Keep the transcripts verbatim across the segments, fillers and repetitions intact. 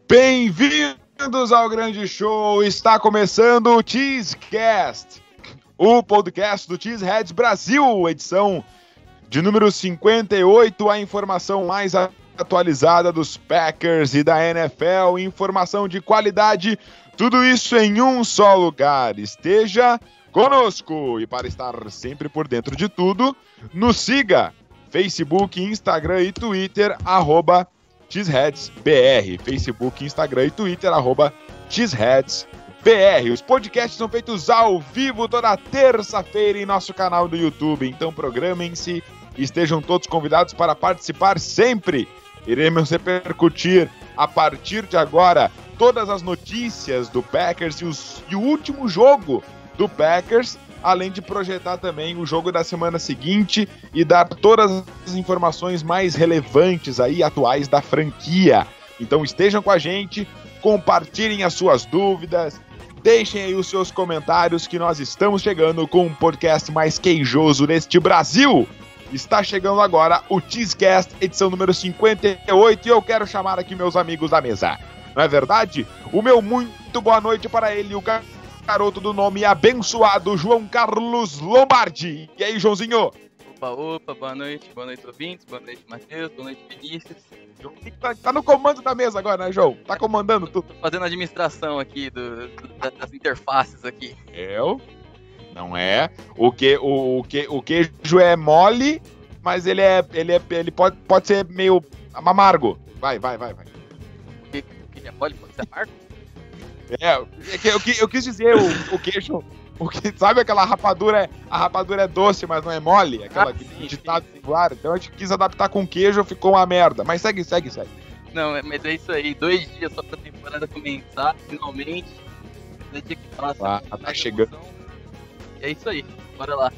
Bem-vindos ao grande show, está começando o Cheesecast, o podcast do Cheeseheads Brasil, edição de número cinquenta e oito, a informação mais atualizada dos Packers e da N F L, informação de qualidade, tudo isso em um só lugar. Esteja conosco e para estar sempre por dentro de tudo, nos siga, Facebook, Instagram e Twitter, arroba CheeseheadsBR, Facebook, Instagram e Twitter, arroba CheeseheadsBR. Os podcasts são feitos ao vivo toda terça-feira em nosso canal do YouTube, então programem-se e estejam todos convidados para participar sempre. Iremos repercutir a partir de agora todas as notícias do Packers e, os, e o último jogo do Packers, além de projetar também o jogo da semana seguinte e dar todas as informações mais relevantes aí, atuais da franquia. Então estejam com a gente, compartilhem as suas dúvidas, deixem aí os seus comentários que nós estamos chegando com um podcast mais queijoso neste Brasil. Está chegando agora o Cheesecast, edição número cinquenta e oito, e eu quero chamar aqui meus amigos da mesa. Não é verdade? O meu muito boa noite para ele, o garoto do nome abençoado, João Carlos Lombardi. E aí, Joãozinho? Opa, opa, boa noite, boa noite, ouvintes, boa noite, Matheus, boa noite, Vinícius. Tá, tá no comando da mesa agora, né, João? Tá comandando tudo. Tô fazendo a administração aqui do, do, das interfaces aqui. Eu? Não é. O, que, o, o, que, o queijo é mole, mas ele é. Ele, é, ele pode, pode ser meio amargo. Vai, vai, vai, vai. O que, o que é mole pode ser amargo? É, eu, eu, eu quis dizer o, o queijo. O que, sabe aquela rapadura? A rapadura é doce, mas não é mole? Aquela ah, sim, ditado popular. Então a gente quis adaptar com queijo, ficou uma merda. Mas segue, segue, segue. Não, mas é isso aí. Dois dias só pra temporada começar, finalmente. Eu tinha que falar ah, assim, tá chegando. Emoção. É isso aí, bora lá.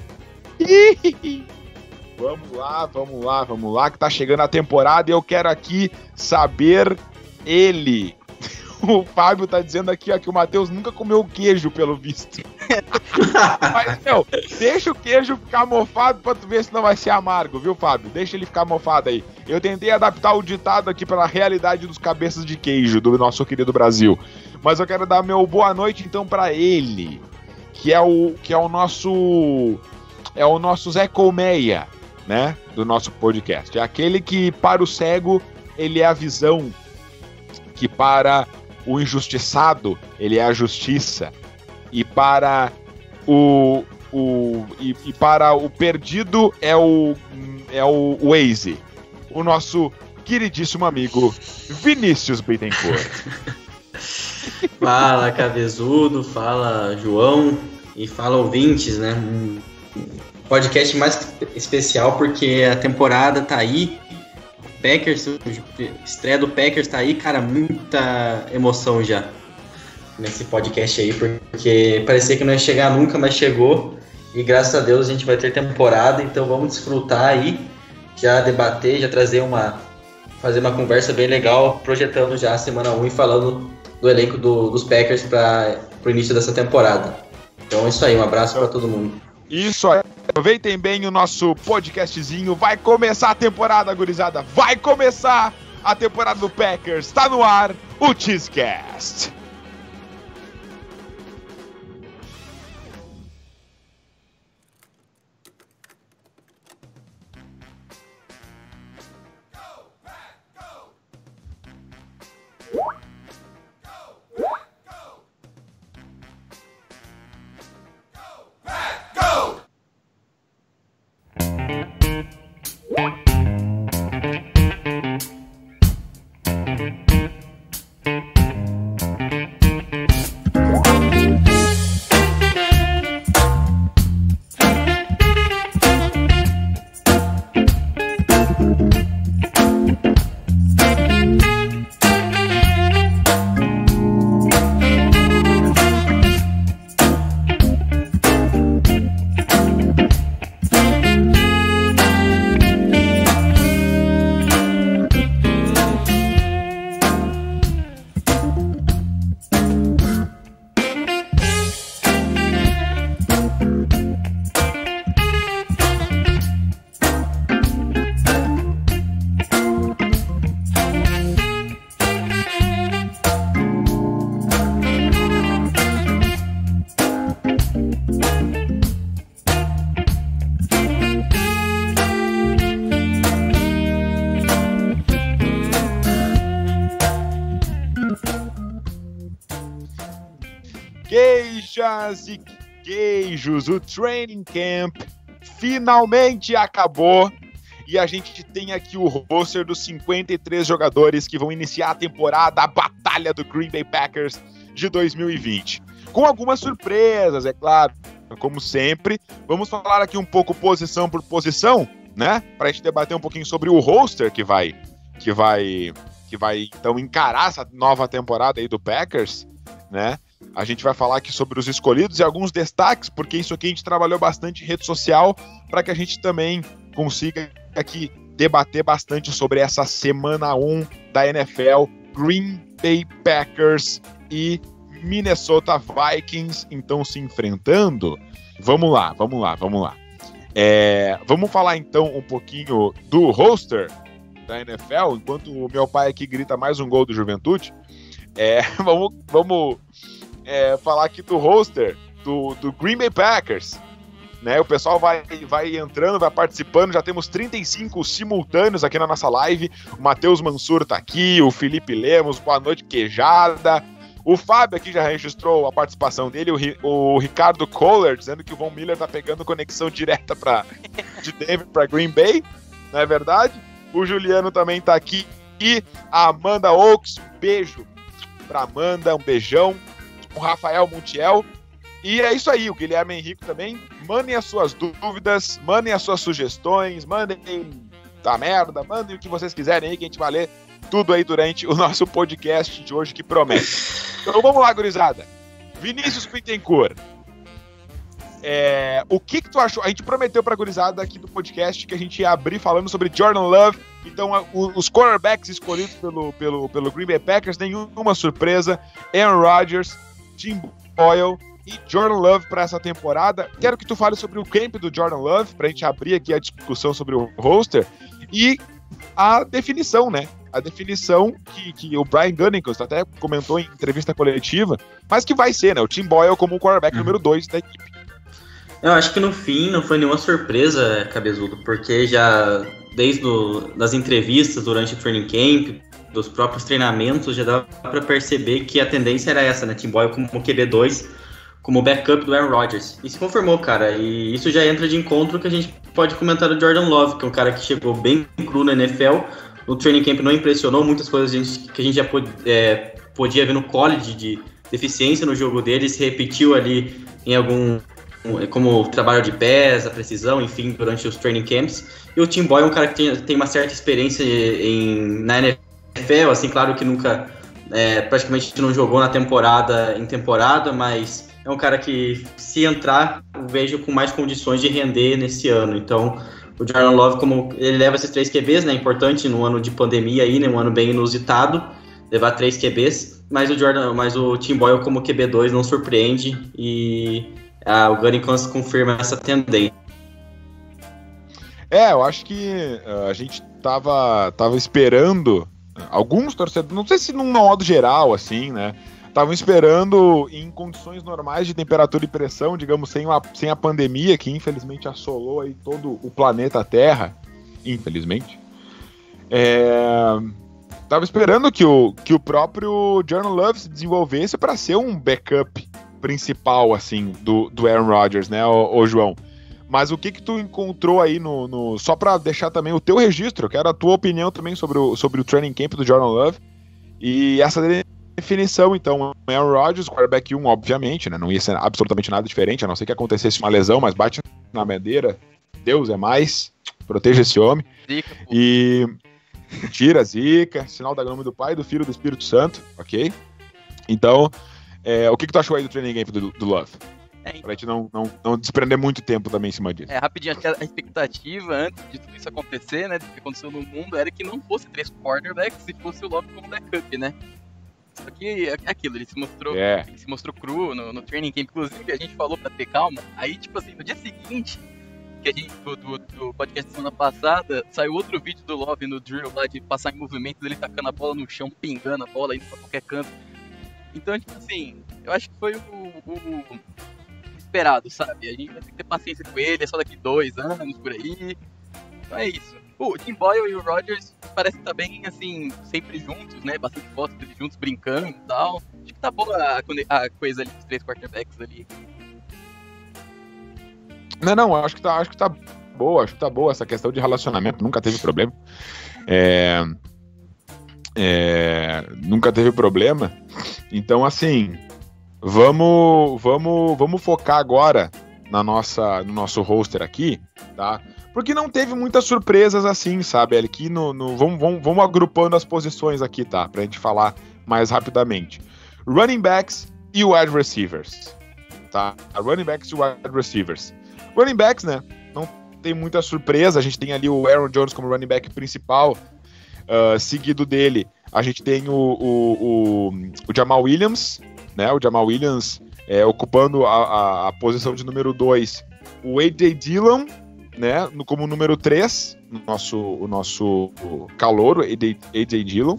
Vamos lá, vamos lá, vamos lá, que tá chegando a temporada e eu quero aqui saber ele. O Fábio tá dizendo aqui ó, que o Matheus nunca comeu queijo, pelo visto. Mas, meu, deixa o queijo ficar mofado pra tu ver se não vai ser amargo, viu, Fábio? Deixa ele ficar mofado aí. Eu tentei adaptar o ditado aqui pela realidade dos cabeças de queijo do nosso querido Brasil. Mas eu quero dar meu boa noite, então, pra ele. Que é o, que é o nosso é o nosso Zé Colmeia, né, do nosso podcast. É aquele que para o cego ele é a visão, que para o injustiçado ele é a justiça, e para o, o e, e para o perdido é o é o Waze, o nosso queridíssimo amigo Vinícius Bittencourt. Fala, cabezudo, fala, João, e fala, ouvintes, né? Um podcast mais especial porque a temporada tá aí, Packers, estreia do Packers tá aí, cara, muita emoção já nesse podcast aí, porque parecia que não ia chegar nunca, mas chegou, e graças a Deus a gente vai ter temporada, então vamos desfrutar aí, já debater, já trazer uma, fazer uma conversa bem legal, projetando já a semana um e falando do elenco do, dos Packers para o início dessa temporada. Então é isso aí, um abraço para todo mundo. Isso aí, aproveitem bem o nosso podcastzinho, vai começar a temporada, gurizada, vai começar a temporada do Packers, está no ar o Cheesecast. Buchas e queijos, o Training Camp finalmente acabou e a gente tem aqui o roster dos cinquenta e três jogadores que vão iniciar a temporada, a batalha do Green Bay Packers de dois mil e vinte. Com algumas surpresas, é claro, como sempre. Vamos falar aqui um pouco posição por posição, né? Pra gente debater um pouquinho sobre o roster que vai, que vai, que vai então encarar essa nova temporada aí do Packers, né? A gente vai falar aqui sobre os escolhidos e alguns destaques, porque isso aqui a gente trabalhou bastante em rede social para que a gente também consiga aqui debater bastante sobre essa semana um da N F L, Green Bay Packers e Minnesota Vikings, então se enfrentando. Vamos lá, vamos lá, vamos lá. É, vamos falar então um pouquinho do roster da N F L, enquanto o meu pai aqui grita mais um gol do Juventude. É, vamos vamos é, falar aqui do roster do, do Green Bay Packers. Né, o pessoal vai, vai entrando, vai participando, já temos trinta e cinco simultâneos aqui na nossa live. O Matheus Mansur tá aqui, o Felipe Lemos, boa noite, queijada. O Fábio aqui já registrou a participação dele, o, o Ricardo Kohler dizendo que o Von Miller tá pegando conexão direta pra, de Denver para Green Bay, não é verdade? O Juliano também tá aqui e a Amanda Oaks, beijo pra Amanda, um beijão. O Rafael Montiel. E é isso aí, o Guilherme Henrique também. Mandem as suas dúvidas, mandem as suas sugestões, mandem da merda, mandem o que vocês quiserem aí, que a gente vai ler tudo aí durante o nosso podcast de hoje que promete. Então vamos lá, gurizada. Vinícius Pittencourt, é, o que que tu achou? A gente prometeu pra gurizada aqui do podcast que a gente ia abrir falando sobre Jordan Love. Então a, o, os quarterbacks escolhidos pelo, pelo, pelo Green Bay Packers, nenhuma surpresa. Aaron Rodgers, Tim Boyle e Jordan Love para essa temporada. Quero que tu fale sobre o camp do Jordan Love, pra gente abrir aqui a discussão sobre o roster e a definição, né? A definição que, que o Brian Gutekunst até comentou em entrevista coletiva, mas que vai ser, né? O Tim Boyle como o quarterback uhum. número dois da equipe. Eu acho que no fim não foi nenhuma surpresa, Cabezudo, porque já desde do, das entrevistas durante o training camp, dos próprios treinamentos, já dava para perceber que a tendência era essa, né? Tim Boyle como Q B dois, como backup do Aaron Rodgers. E se confirmou, cara, e isso já entra de encontro que a gente pode comentar do Jordan Love, que é um cara que chegou bem cru na N F L, no training camp não impressionou, muitas coisas a gente, que a gente já pod, é, podia ver no college de deficiência no jogo dele, se repetiu ali em algum, como o trabalho de pés, a precisão, enfim, durante os training camps. E o Tim Boyle é um cara que tem, tem uma certa experiência em, na N F L, assim, claro que nunca, é, praticamente não jogou na temporada, em temporada, mas é um cara que, se entrar, eu vejo com mais condições de render nesse ano. Então, o Jordan Love, como ele leva esses três Q Bs, né? Importante no ano de pandemia aí, né? Um ano bem inusitado, levar três Q Bs, mas o Jordan, mas o Tim Boyle como Q B dois não surpreende e ah, o Gutekunst confirma essa tendência. É, eu acho que uh, a gente tava, tava esperando, alguns torcedores, não sei se num modo geral, assim, né? Estavam esperando em condições normais de temperatura e pressão, digamos, sem, uma, sem a pandemia, que infelizmente assolou aí todo o planeta Terra, infelizmente. É, tava esperando que o, que o próprio Jordan Love se desenvolvesse para ser um backup principal, assim, do, do Aaron Rodgers, né, ô, ô João? Mas o que que tu encontrou aí no... no só para deixar também o teu registro, eu quero a tua opinião também sobre o, sobre o training camp do Jordan Love e essa definição, então, Aaron Rodgers, quarterback um, obviamente, né, não ia ser absolutamente nada diferente, a não ser que acontecesse uma lesão, mas bate na madeira, Deus é mais, proteja esse homem, zica, e tira a zica, sinal da nome do Pai, do Filho e do Espírito Santo, ok? Então, é, o que que tu achou aí do training camp do, do Love? É, então, pra gente não, não, não desprender muito tempo também em cima disso. É, rapidinho, acho que a expectativa antes de tudo isso acontecer, né, do que aconteceu no mundo, era que não fosse três quarterbacks e fosse o Love como backup, né? Só que é aquilo, ele se mostrou, é. ele se mostrou cru no, no training camp, inclusive a gente falou pra ter calma, aí tipo assim, no dia seguinte, que a gente, do, do, do podcast da semana passada, saiu outro vídeo do Love no drill lá, de passar em movimento, dele tacando a bola no chão, pingando a bola, indo pra qualquer canto. Então, tipo assim, eu acho que foi o, o, o esperado, sabe? A gente vai ter que ter paciência com ele, é só daqui dois anos, por aí, então é isso. O Tim Boyle e o Rodgers parecem estar bem, assim, sempre juntos, né? Bastante fotos deles juntos brincando e tal. Acho que tá boa a, a coisa ali dos três quarterbacks ali. Não, não, acho que tá, acho que tá boa, acho que tá boa essa questão de relacionamento, nunca teve problema. É, é, nunca teve problema. Então, assim, vamos, vamos, vamos focar agora na nossa, no nosso roster aqui, tá? Porque não teve muitas surpresas assim, sabe? Aqui no, no, vamos, vamos, vamos agrupando as posições aqui, tá? Pra gente falar mais rapidamente. Running backs e wide receivers, tá? Running backs e wide receivers. Running backs, né? Não tem muita surpresa. A gente tem ali o Aaron Jones como running back principal. Uh, seguido dele, a gente tem o, o, o, o Jamal Williams, né? O Jamal Williams é, ocupando a, a, a posição de número dois. O A J Dillon, né? No, como número três, o nosso, o nosso calouro, A J Dillon.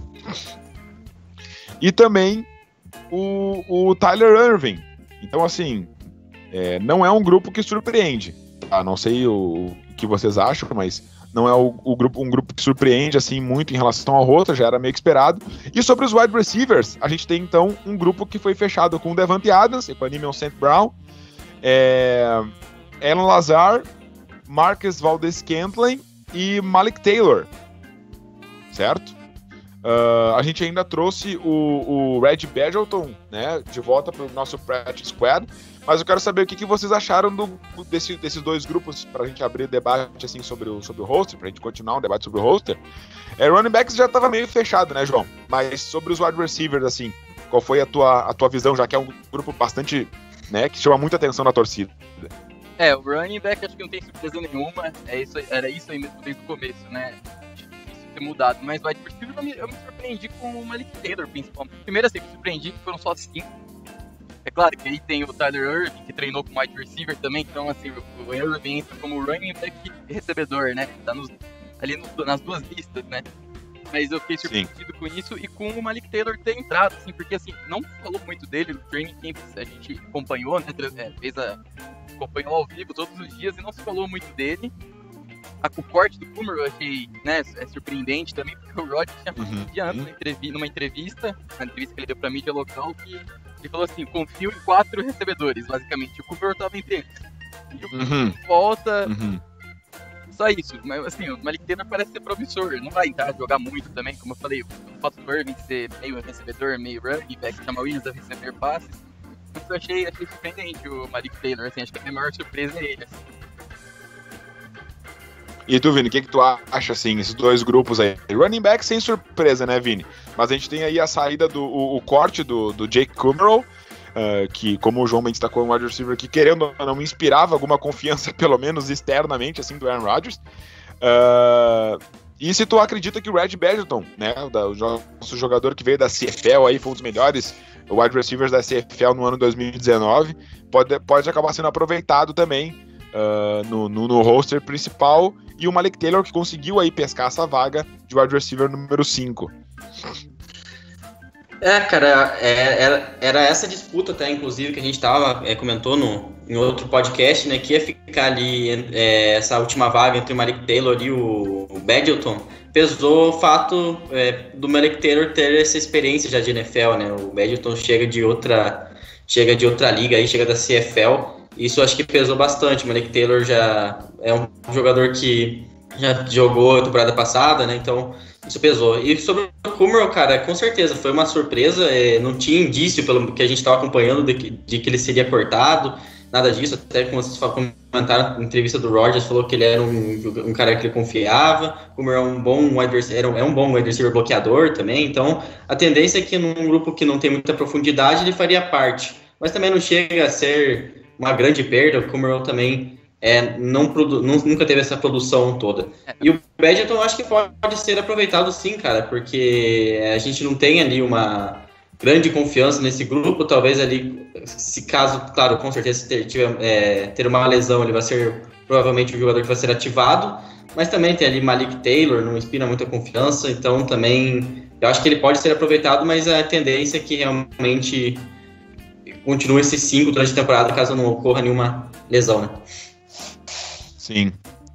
E também o, o Tyler Irving. Então, assim, é, não é um grupo que surpreende. Tá? Não sei o, o que vocês acham, mas não é o, o grupo, um grupo que surpreende assim muito em relação ao roster, já era meio que esperado. E sobre os wide receivers, a gente tem então um grupo que foi fechado com o Devante Adams, Equanimeous Saint Brown, é, Alan Lazar, Marcus Valdes-Scantling e Malik Taylor, certo? Uh, a gente ainda trouxe o, o Red Badgelton, né, de volta para o nosso practice squad, mas eu quero saber o que, que vocês acharam do, desse, desses dois grupos, para a gente abrir debate assim, sobre, o, sobre o roster, para a gente continuar um debate sobre o roster. É, running backs já estava meio fechado, né, João? Mas sobre os wide receivers, assim, qual foi a tua, a tua visão, já que é um grupo bastante, né, que chama muita atenção da torcida? É, o running back acho que não tem surpresa nenhuma, é isso, era isso aí mesmo desde o começo, né? Ter mudado, mas o wide receiver eu me, eu me surpreendi com o Malik Taylor, principalmente. Primeiro assim, me surpreendi que foram só cinco. É claro que aí tem o Tyler Irving, que treinou como wide receiver também, então assim, o Irving entra como running back e recebedor, né? Tá nos, ali no, nas duas listas, né? Mas eu fiquei surpreendido Sim. com isso e com o Malik Taylor ter entrado, assim, porque assim, não falou muito dele no training camp, a gente acompanhou, né? Fez a, acompanhou ao vivo todos os dias e não se falou muito dele. O corte do Kumar eu achei, né, é surpreendente também, porque o Rod tinha falado um dia antes, uhum. numa entrevista, na entrevista que ele deu pra mídia local, que ele falou assim, confio em quatro recebedores, basicamente. O Kumar tava entre eles. E o uhum. volta... Uhum. Só isso, mas assim, o Malik Taylor parece ser promissor, não vai entrar a jogar muito também, como eu falei, o fato do Irving ser meio recebedor, meio running back, Jamal Williams a receber passes. Mas eu achei, achei surpreendente o Malik Taylor, assim, acho que a maior surpresa é ele, assim. E tu, Vini, o que, que tu acha, assim, esses dois grupos aí? Running back sem surpresa, né, Vini? Mas a gente tem aí a saída do o, o corte do, do Jake Kumerow, uh, que, como o João bem destacou, um wide receiver que, querendo ou não, me inspirava alguma confiança, pelo menos externamente, assim, do Aaron Rodgers. Uh, e se tu acredita que o Red Badgelton, né, o nosso jogador que veio da C F L aí, foi um dos melhores wide receivers da C F L no ano dois mil e dezenove, pode, pode acabar sendo aproveitado também Uh, no, no, no roster principal, e o Malik Taylor que conseguiu aí pescar essa vaga de wide receiver número cinco. É, cara, é, era, era essa disputa até, inclusive, que a gente tava, é, comentou no, em outro podcast, né, que ia ficar ali é, essa última vaga entre o Malik Taylor e o, o Badgelton. Pesou o fato é, do Malik Taylor ter essa experiência já de N F L, né, o Badgelton chega de outra, chega de outra liga aí, chega da C F L. Isso acho que pesou bastante. O Malik Taylor já é um jogador que já jogou a temporada passada, né? Então isso pesou. E sobre o Kumerow, cara, com certeza foi uma surpresa. É, não tinha indício, pelo que a gente estava acompanhando, de que, de que ele seria cortado. Nada disso. Até como vocês comentaram na entrevista do Rodgers, falou que ele era um, um cara que ele confiava. O Kumerow é um bom wide receiver, é um bom wide receiver bloqueador também. Então a tendência é que num grupo que não tem muita profundidade ele faria parte. Mas também não chega a ser uma grande perda. O Kumerow também é, não produ- não, nunca teve essa produção toda. E o Badgelton eu acho que pode ser aproveitado sim, cara, porque a gente não tem ali uma grande confiança nesse grupo. Talvez ali, se caso, claro, com certeza, se ter, tiver, é, ter uma lesão, ele vai ser provavelmente o jogador que vai ser ativado, mas também tem ali Malik Taylor, não inspira muita confiança, então também eu acho que ele pode ser aproveitado, mas a tendência é que realmente continue esses cinco durante a temporada, caso não ocorra nenhuma lesão, né? Sim.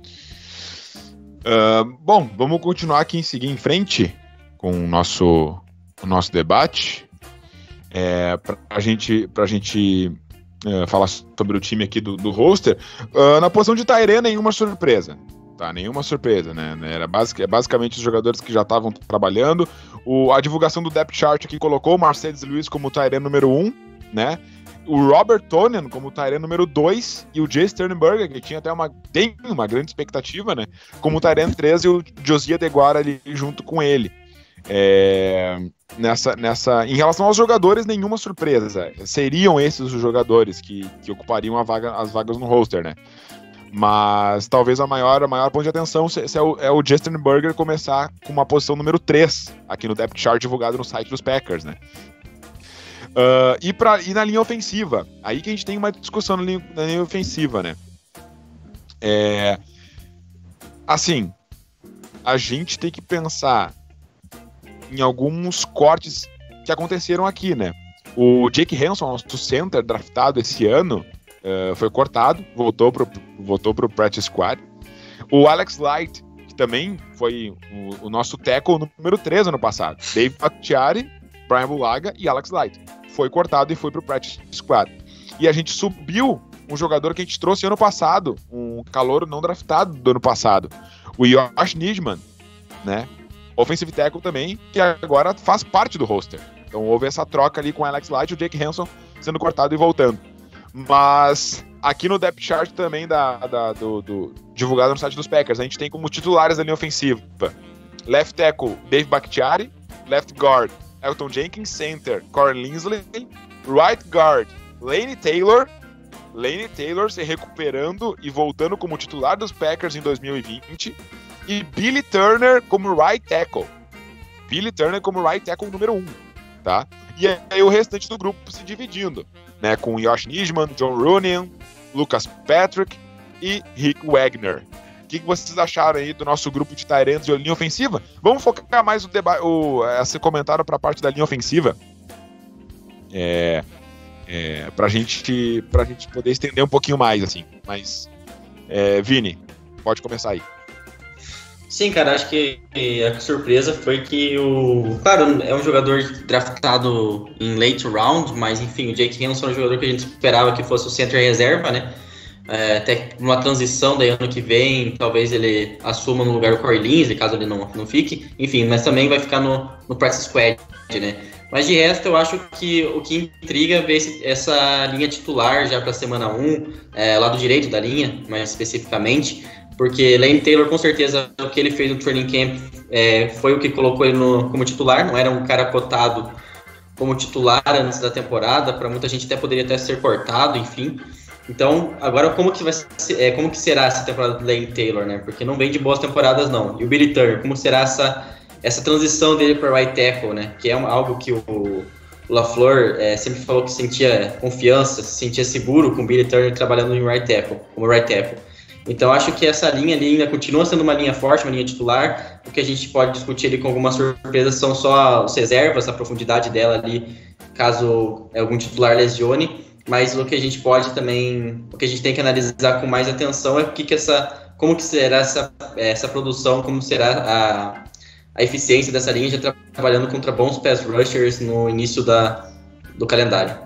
Uh, bom, vamos continuar aqui em seguir em frente com o nosso, o nosso debate. é, pra gente, pra gente é, falar sobre o time aqui do, do roster, uh, na posição de tight end, nenhuma surpresa. Tá, nenhuma surpresa, né? Era basic, basicamente os jogadores que já estavam trabalhando. O, a divulgação do depth chart aqui colocou o Marcedes Lewis como tight end número um, né? O Robert Tonyan como tight end número dois e o Jay Sternberger, que tinha até uma, tem uma grande expectativa, né? Como tight end três e o Josiah DeGuara ali junto com ele. É, nessa, nessa, em relação aos jogadores, nenhuma surpresa. Seriam esses os jogadores que, que ocupariam a vaga, as vagas no roster, né? Mas talvez a maior, a maior ponto de atenção se, se é, o, é o Justin Burger começar com uma posição número três aqui no depth chart divulgado no site dos Packers, né? Uh, e, pra, e na linha ofensiva, aí que a gente tem uma discussão na linha, na linha ofensiva, né? É, assim, a gente tem que pensar em alguns cortes que aconteceram aqui, né? O Jake Hanson, nosso center draftado esse ano, Uh, foi cortado, voltou pro, voltou pro practice squad. O Alex Light, que também foi o, o nosso tackle número três ano passado. Dave Bakhtiari, Brian Bulaga e Alex Light. Foi cortado e foi pro practice squad. E a gente subiu um jogador que a gente trouxe ano passado, um calouro não draftado do ano passado, o Josh Nijman, né? Offensive tackle também, que agora faz parte do roster. Então houve essa troca ali com o Alex Light e o Jake Hanson sendo cortado e voltando. Mas aqui no depth chart também da, da, do, do, divulgado no site dos Packers, a gente tem como titulares da linha ofensiva left tackle Dave Bakhtiari, left guard Elton Jenkins, center Corey Linsley, right guard Lane Taylor, Lane Taylor se recuperando e voltando como titular dos Packers em dois mil e vinte, e Billy Turner como right tackle. Billy Turner como right tackle número um, tá? E aí o restante do grupo se dividindo, né, com Josh Nijman, John Runyan, Lucas Patrick e Rick Wagner. O que, que vocês acharam aí do nosso grupo de tight ends de linha ofensiva? Vamos focar mais o, deba- o esse comentário para a parte da linha ofensiva, é, é, para gente, a gente poder estender um pouquinho mais, assim. Mas, é, Vini, pode começar aí. Sim, cara, acho que a surpresa foi que o... Claro, é um jogador draftado em late round, mas enfim, o Jake Hanson é um jogador que a gente esperava que fosse o center reserva, né? É, até numa transição daí ano que vem, talvez ele assuma no lugar do Corey Linsley, caso ele não, não fique. Enfim, mas também vai ficar no, no practice squad, né? Mas de resto, eu acho que o que intriga é ver esse, essa linha titular já para a semana um, é, lado direito da linha, mais especificamente. Porque Lane Taylor, com certeza, o que ele fez no training camp é, foi o que colocou ele no, como titular. Não era um cara cotado como titular antes da temporada. Para muita gente até poderia até ser cortado, enfim. Então, agora como que, vai ser, é, como que será essa temporada do Lane Taylor, né? Porque não vem de boas temporadas, não. E o Billy Turner, como será essa, essa transição dele para right tackle, né? Que é algo que o, o LaFleur é, sempre falou que sentia confiança, se sentia seguro com o Billy Turner trabalhando em right tackle, como right tackle. Então acho que essa linha ali ainda continua sendo uma linha forte, uma linha titular. O que a gente pode discutir ali com algumas surpresas são só as reservas, a profundidade dela ali, caso algum titular lesione. Mas o que a gente pode também, o que a gente tem que analisar com mais atenção é o que que essa, como que será essa, essa produção, como será a, a eficiência dessa linha já trabalhando contra bons pass rushers no início da, do calendário.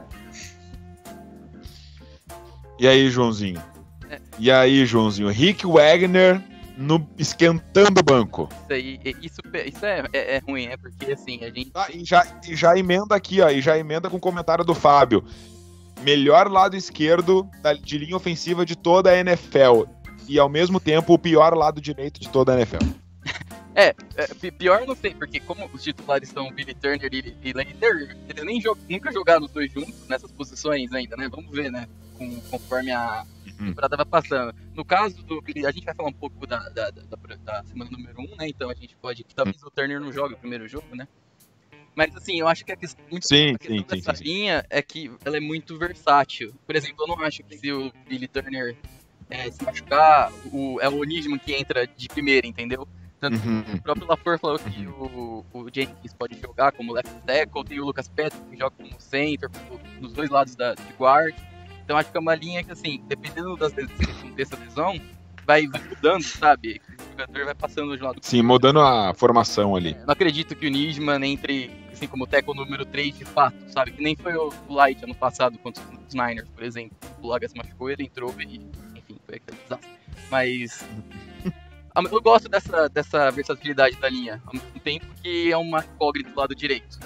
E aí, Joãozinho? E aí, Joãozinho, Rick Wagner no, esquentando o banco. Isso aí, isso, isso é, é, é ruim, é porque assim, a gente... Ah, e, já, e já emenda aqui, ó, e já emenda com o comentário do Fábio. Melhor lado esquerdo da, de linha ofensiva de toda a N F L. E ao mesmo tempo, o pior lado direito de toda a N F L. É, é pior não sei, porque como os titulares são Billy Turner e, e Lane Taylor, eles nem jog, nunca jogaram os dois juntos nessas posições ainda, né? Vamos ver, né? Com, conforme a temporada vai passando. No caso do... A gente vai falar um pouco da, da, da, da semana número um, né? Então a gente pode... Talvez o Turner não jogue o primeiro jogo, né? Mas assim, eu acho que a questão, muito, sim, a questão sim, dessa sim, linha sim. é que ela é muito versátil. Por exemplo, eu não acho que se o Billy Turner é, se machucar, o, é o Nijman que entra de primeira, entendeu? Tanto uhum. O próprio LaFleur falou que o, o Jenkins pode jogar como left tackle, tem o Lucas Patrick que joga como center, nos dois lados da, de guard. Então acho que é uma linha que, assim, dependendo das dessa lesão, vai mudando, sabe? O jogador vai passando de um lado. Sim, mudando a formação ali. É, não acredito que o Nijman entre assim, como tackle número três de fato, sabe? Que nem foi o Light ano passado contra os Niners, por exemplo. O Laga se machucou, ele entrou e, enfim, foi aquele desastre. Mas eu gosto dessa, dessa versatilidade da linha, ao mesmo tempo que é uma incógnita do lado direito.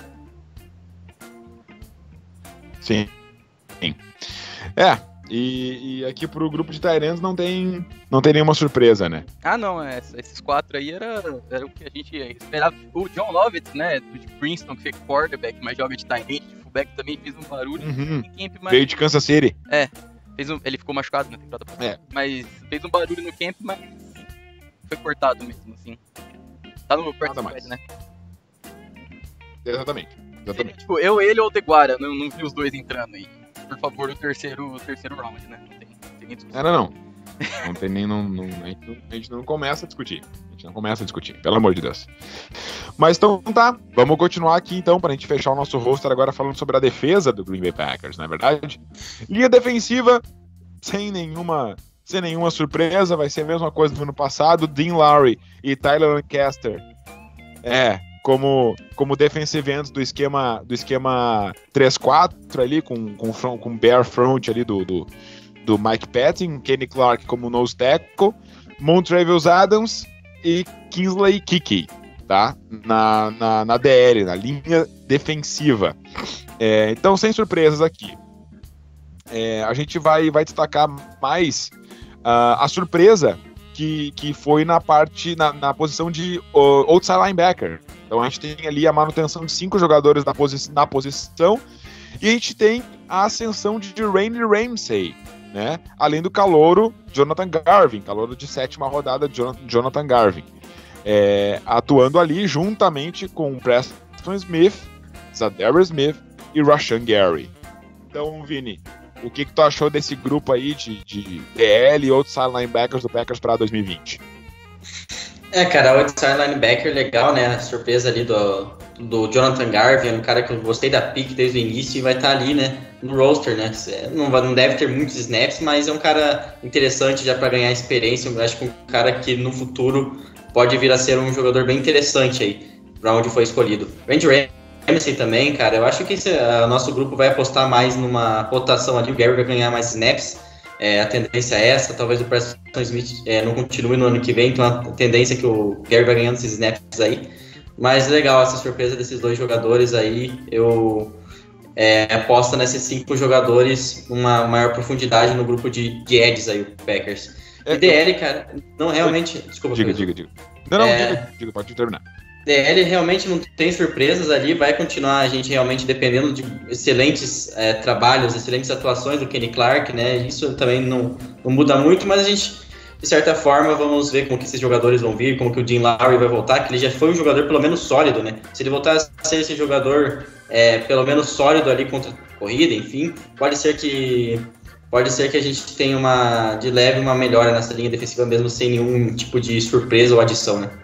Sim. Sim. É, e, e aqui pro grupo de tight ends não tem, não tem nenhuma surpresa, né? Ah, não, é, esses quatro aí era, era o que a gente esperava. O John Lovett, né, de Princeton, que foi quarterback, mas joga de tight end, de fullback, também fez um barulho uhum. em camp, mas... Veio de Kansas City. É, fez um, ele ficou machucado na temporada passada, é. Mas fez um barulho no camp, mas foi cortado mesmo, assim. Tá no practice squad, né? Exatamente. Exatamente. Tipo, eu, ele ou o Deguara, não, não vi os dois entrando aí. Por favor, o terceiro, o terceiro round, né? Não tem, não tem nem discussão. Não, não, não. Não tem nem. Não, não, a, gente não, a gente não começa a discutir. A gente não começa a discutir, pelo amor de Deus. Mas então tá, vamos continuar aqui então, pra gente fechar o nosso roster agora falando sobre a defesa do Green Bay Packers, não é verdade? Linha defensiva, sem nenhuma. Sem nenhuma surpresa, vai ser a mesma coisa do ano passado. Dean Lowry e Tyler Lancaster. É. Como, como defensive ends do esquema, do esquema três quatro ali, com, com, front, com bare front ali do, do, do Mike Patton, Kenny Clark como nose tackle, Montravius Adams e Kingsley Kiki, tá? Na, na, na D L, na linha defensiva. É, então, sem surpresas aqui. É, a gente vai, vai destacar mais uh, a surpresa que, que foi na parte, na, na posição de uh, outside linebacker. Então a gente tem ali a manutenção de cinco jogadores na, posi- na posição e a gente tem a ascensão de Randy Ramsey, né? Além do calouro Jonathan Garvin, calouro de sétima rodada Jonathan Garvin, é, atuando ali juntamente com Preston Smith, Zadarius Smith e Rashan Gary. Então, Vini, o que, que tu achou desse grupo aí de, de D L e outside linebackers do Packers para dois mil e vinte? É, cara, o outside linebacker legal, né? A surpresa ali do, do Jonathan Garvin, um cara que eu gostei da pick desde o início e vai estar ali, né? No roster, né? Não, não deve ter muitos snaps, mas é um cara interessante já para ganhar experiência. Eu acho que um cara que no futuro pode vir a ser um jogador bem interessante aí, para onde foi escolhido. Randy Ramsey também, cara, eu acho que o nosso grupo vai apostar mais numa rotação ali, o Gary vai ganhar mais snaps. É, a tendência é essa, talvez o Preston Smith é, não continue no ano que vem, então a tendência é que o Gary vai ganhando esses snaps aí. Mas legal essa surpresa desses dois jogadores aí, eu é, aposto nesses cinco jogadores, uma maior profundidade no grupo de, de edges aí, o Packers. E D L, cara, não realmente... Desculpa. Diga, diga, diga. Não, não, é, diga, diga, pode terminar. D L realmente não tem surpresas ali, vai continuar a gente realmente dependendo de excelentes é, trabalhos, excelentes atuações do Kenny Clark, né? Isso também não, não muda muito, mas a gente, de certa forma, vamos ver como que esses jogadores vão vir, como que o Dean Lowry vai voltar, que ele já foi um jogador pelo menos sólido, né? Se ele voltar a ser esse jogador é, pelo menos sólido ali contra a corrida, enfim, pode ser que pode ser que a gente tenha uma, de leve uma melhora nessa linha defensiva mesmo sem nenhum tipo de surpresa ou adição, né?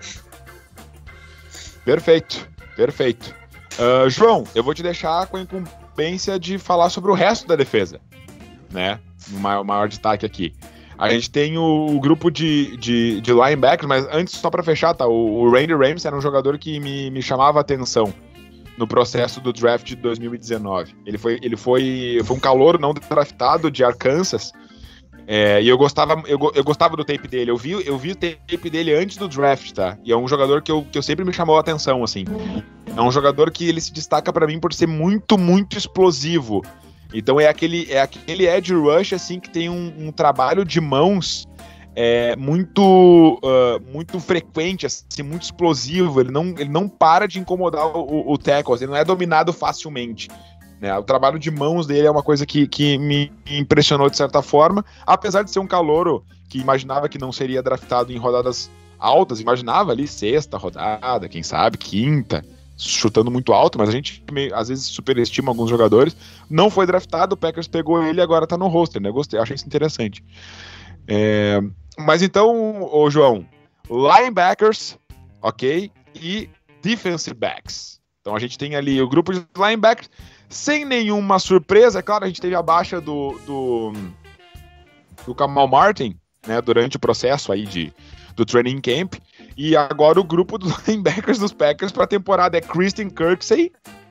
Perfeito, perfeito. Uh, João, eu vou te deixar com a incumbência de falar sobre o resto da defesa, né? O maior, maior destaque aqui. A gente tem o, o grupo de, de, de linebackers, mas antes, só para fechar, tá? O, o Randy Ramsey era um jogador que me, me chamava a atenção no processo do draft de dois mil e dezenove. Ele foi, ele foi, foi um calouro não draftado de Arkansas. É, e eu gostava, eu, eu gostava do tape dele, eu vi, eu vi o tape dele antes do draft, tá? E é um jogador que eu, que eu sempre me chamou a atenção, assim. É um jogador que ele se destaca pra mim por ser muito, muito explosivo. Então é aquele, é aquele edge rush, assim, que tem um, um trabalho de mãos é, muito, uh, muito frequente, assim, muito explosivo. Ele não, ele não para de incomodar o, o tackle, assim, ele não é dominado facilmente. Né, o trabalho de mãos dele é uma coisa que, que me impressionou de certa forma, apesar de ser um calouro que imaginava que não seria draftado em rodadas altas, imaginava ali sexta rodada, quem sabe, quinta, chutando muito alto, mas a gente meio, às vezes superestima alguns jogadores. Não foi draftado, o Packers pegou ele e agora tá no roster, né? Gostei, achei isso interessante. É, mas então, ô João, linebackers, ok? E defensive backs. Então a gente tem ali o grupo de linebackers. Sem nenhuma surpresa, é claro, a gente teve a baixa do, do, do Kamal Martin, né, durante o processo aí de, do training camp, e agora o grupo dos linebackers dos Packers para a temporada é Christian Kirksey,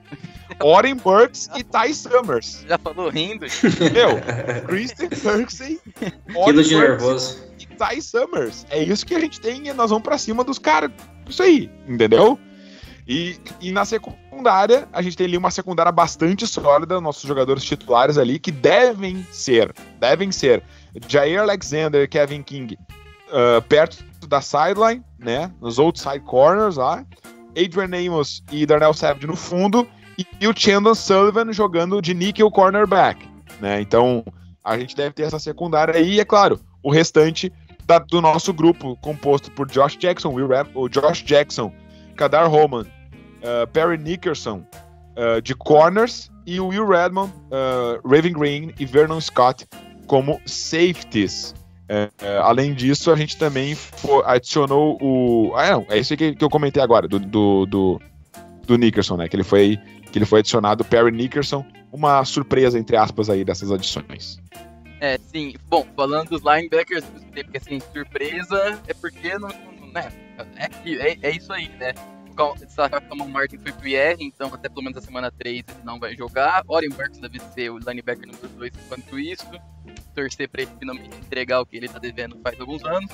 Oren Burks e Ty Summers. Já falou rindo? Meu, Christian Kirksey, Oren de nervoso. E Ty Summers. É isso que a gente tem e nós vamos pra cima dos caras. Isso aí, entendeu? E, e na secundária, a gente tem ali uma secundária bastante sólida, nossos jogadores titulares ali, que devem ser, devem ser Jair Alexander e Kevin King uh, perto da sideline, né, nos outside corners lá, Adrian Amos e Darnell Savage no fundo, e, e o Chandon Sullivan jogando de nickel cornerback, né, então a gente deve ter essa secundária aí, e é claro, o restante da, do nosso grupo, composto por Josh Jackson, Will Ram, o Josh Jackson, Kadar Homan, Uh, Perry Nickerson uh, de corners e o Will Redmond, uh, Raven Green e Vernon Scott como safeties. Uh, uh, além disso, a gente também for, adicionou o... Ah, não, é isso que, que eu comentei agora, do, do, do, do Nickerson, né? Que ele, foi, que ele foi adicionado, Perry Nickerson, uma surpresa, entre aspas, aí dessas adições. É, sim. Bom, falando dos linebackers, porque assim, surpresa é porque não, não, né? é, é, é isso aí, né? O Martin foi pro I R, então até pelo menos a semana três ele não vai jogar. Oren Burks deve ser o linebacker número dois enquanto isso. Torcer pra ele finalmente entregar o que ele tá devendo faz alguns anos.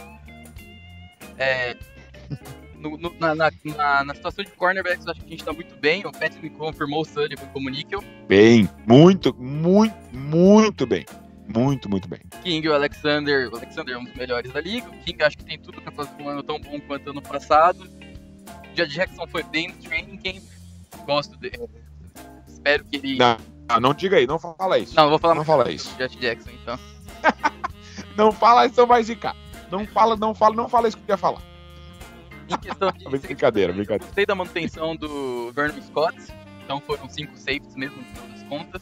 É, no, no, na, na, na, na situação de cornerbacks, eu acho que a gente tá muito bem. O Patrick confirmou o Sullivan como níquel. Bem, muito, muito, muito bem. Muito, muito bem. King e o Alexander. O Alexander é um dos melhores da liga. O King acho que tem tudo pra fazer um ano tão bom quanto ano passado. O Jackson foi bem no training camp. Gosto dele. Espero que ele... Não, não, não diga aí, não fala isso. Não, vou falar não fala isso. Josh Jackson, então. Não fala isso, vai zicar. Não fala, não fala, não fala isso que eu ia falar. Em questão de... brincadeira, brincadeira. Gostei da manutenção do Vernon Scott. Então foram cinco safes mesmo, no final das contas.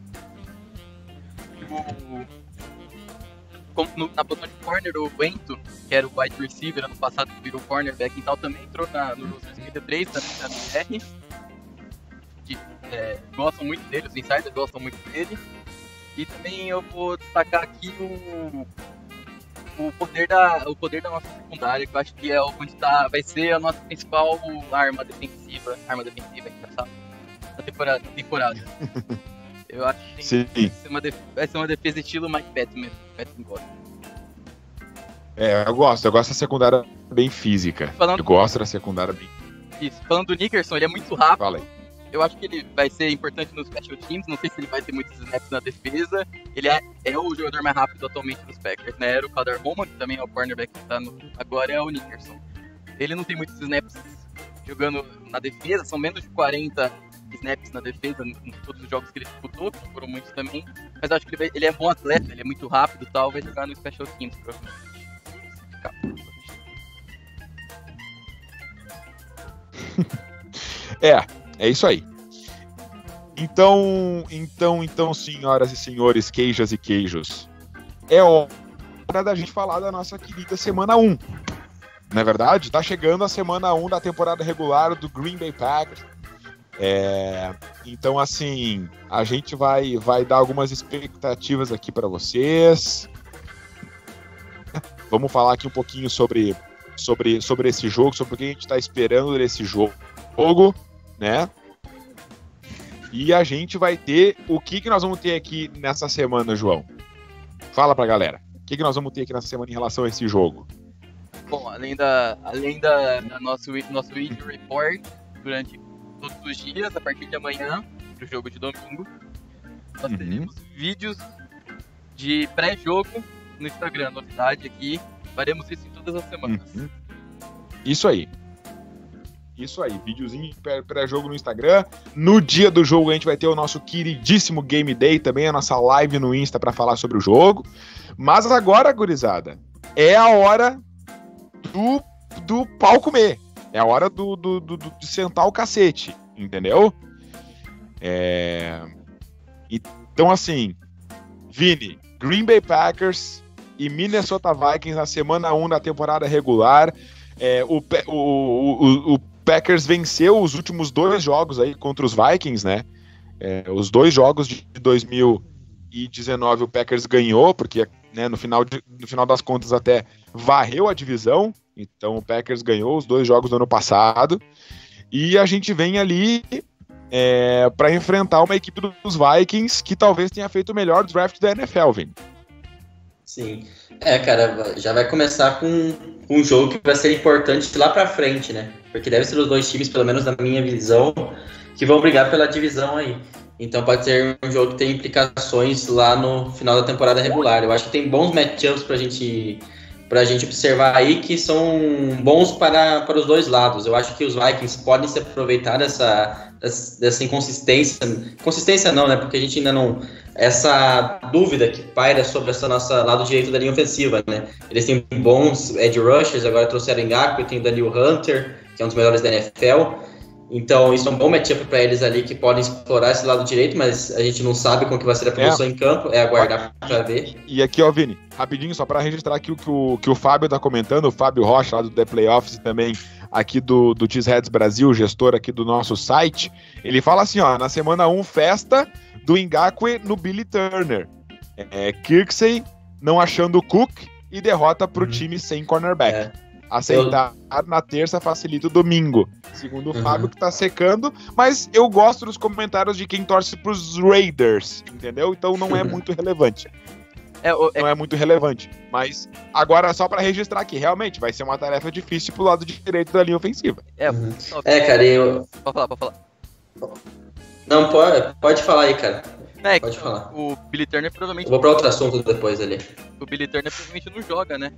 O... No, na posição de corner, o Bento, que era o wide receiver ano passado, que virou cornerback e tal, também entrou na, no cinquenta e três, também na B R. Que é, gostam muito dele, os insiders gostam muito dele. E também eu vou destacar aqui o, o, poder, da, o poder da nossa secundária, que eu acho que é onde tá, vai ser a nossa principal arma defensiva, arma defensiva, engraçado, da temporada. temporada. Eu acho que Sim. Vai, ser uma defesa, vai ser uma defesa estilo Mike Patton mesmo. Patton gosta. É, eu gosto. Eu gosto da secundária bem física. Falando... Eu gosto da secundária bem... Isso. Falando do Nickerson, ele é muito rápido. Fala aí. Eu acho que ele vai ser importante nos special teams. Não sei se ele vai ter muitos snaps na defesa. Ele é, é o jogador mais rápido atualmente dos Packers, né? Era o Kadar Homan, que também é o cornerback que tá no... Agora é o Nickerson. Ele não tem muitos snaps jogando na defesa. São menos de quarenta... snaps na defesa, em todos os jogos que ele disputou, que foram muitos também, mas eu acho que ele, vai, ele é bom atleta, ele é muito rápido e tal, vai jogar no Special Teams, provavelmente. É, é isso aí. Então, então, então, senhoras e senhores, queijas e queijos, é hora da gente falar da nossa querida semana um. Não é verdade? Tá chegando a semana um da temporada regular do Green Bay Packers. É, então, assim, a gente vai, vai dar algumas expectativas aqui para vocês. Vamos falar aqui um pouquinho sobre, sobre, sobre esse jogo, sobre o que a gente está esperando desse jogo, né? E a gente vai ter... O que, que nós vamos ter aqui nessa semana, João? Fala pra galera. O que, que nós vamos ter aqui nessa semana em relação a esse jogo? Bom, além da, além da, da nosso, nosso Injury Report, durante todos os dias, a partir de amanhã, pro jogo de domingo, nós uhum. teremos vídeos de pré-jogo no Instagram, novidade aqui, faremos isso em todas as semanas. Uhum. Isso aí. Isso aí, videozinho pré-jogo no Instagram. No dia do jogo a gente vai ter o nosso queridíssimo Game Day, também a nossa live no Insta para falar sobre o jogo. Mas agora, gurizada, é a hora do, do pau comer. É a hora do, do, do, do, de sentar o cacete, entendeu? É... Então, assim, Vini, Green Bay Packers e Minnesota Vikings na semana um da temporada regular. É, o, o, o, o Packers venceu os últimos dois jogos aí contra os Vikings, né? É, os dois jogos de dois mil e dezenove o Packers ganhou, porque né, no, final de, no final das contas até varreu a divisão. Então o Packers ganhou os dois jogos do ano passado. E a gente vem ali é, para enfrentar uma equipe dos Vikings que talvez tenha feito o melhor draft da N F L, Vini. Sim. É, cara, já vai começar com um jogo que vai ser importante lá pra frente, né? Porque deve ser os dois times, pelo menos na minha visão, que vão brigar pela divisão aí. Então pode ser um jogo que tem implicações lá no final da temporada regular. Eu acho que tem bons matchups pra gente, pra gente observar aí, que são bons para, para os dois lados. Eu acho que os Vikings podem se aproveitar dessa, dessa inconsistência. Consistência não, né? Porque a gente ainda não... Essa dúvida que paira sobre essa nossa lado direito da linha ofensiva, né? Eles têm bons edge rushers, agora trouxeram Ngakoue, tem o Daniel Hunter, que é um dos melhores da N F L. Então isso é um bom matchup para eles ali, que podem explorar esse lado direito, mas a gente não sabe como que vai ser a produção é. em campo, é aguardar para ver. E aqui, ó, Vini, rapidinho, só para registrar aqui o que o, que o Fábio tá comentando, o Fábio Rocha, lá do The Playoffs, e também aqui do, do Cheeseheads Brasil, gestor aqui do nosso site, ele fala assim, ó, na semana um, festa do Ngakoue no Billy Turner. É, Kirksey não achando o Cook e derrota pro uhum. time sem cornerback. É. Aceitar eu... na terça facilita o domingo. Segundo o uhum. Fábio, que tá secando, mas eu gosto dos comentários de quem torce pros Raiders, entendeu? Então não é muito relevante. É, o, é... Não é muito relevante. Mas agora, só pra registrar aqui, realmente vai ser uma tarefa difícil pro lado direito da linha ofensiva. É, uhum. é cara, eu... Pode falar, pode falar. Não, pode, pode falar aí, cara. É, pode falar. O Billy Turner provavelmente... Eu vou pra outro assunto depois ali. O Billy Turner provavelmente não joga, né?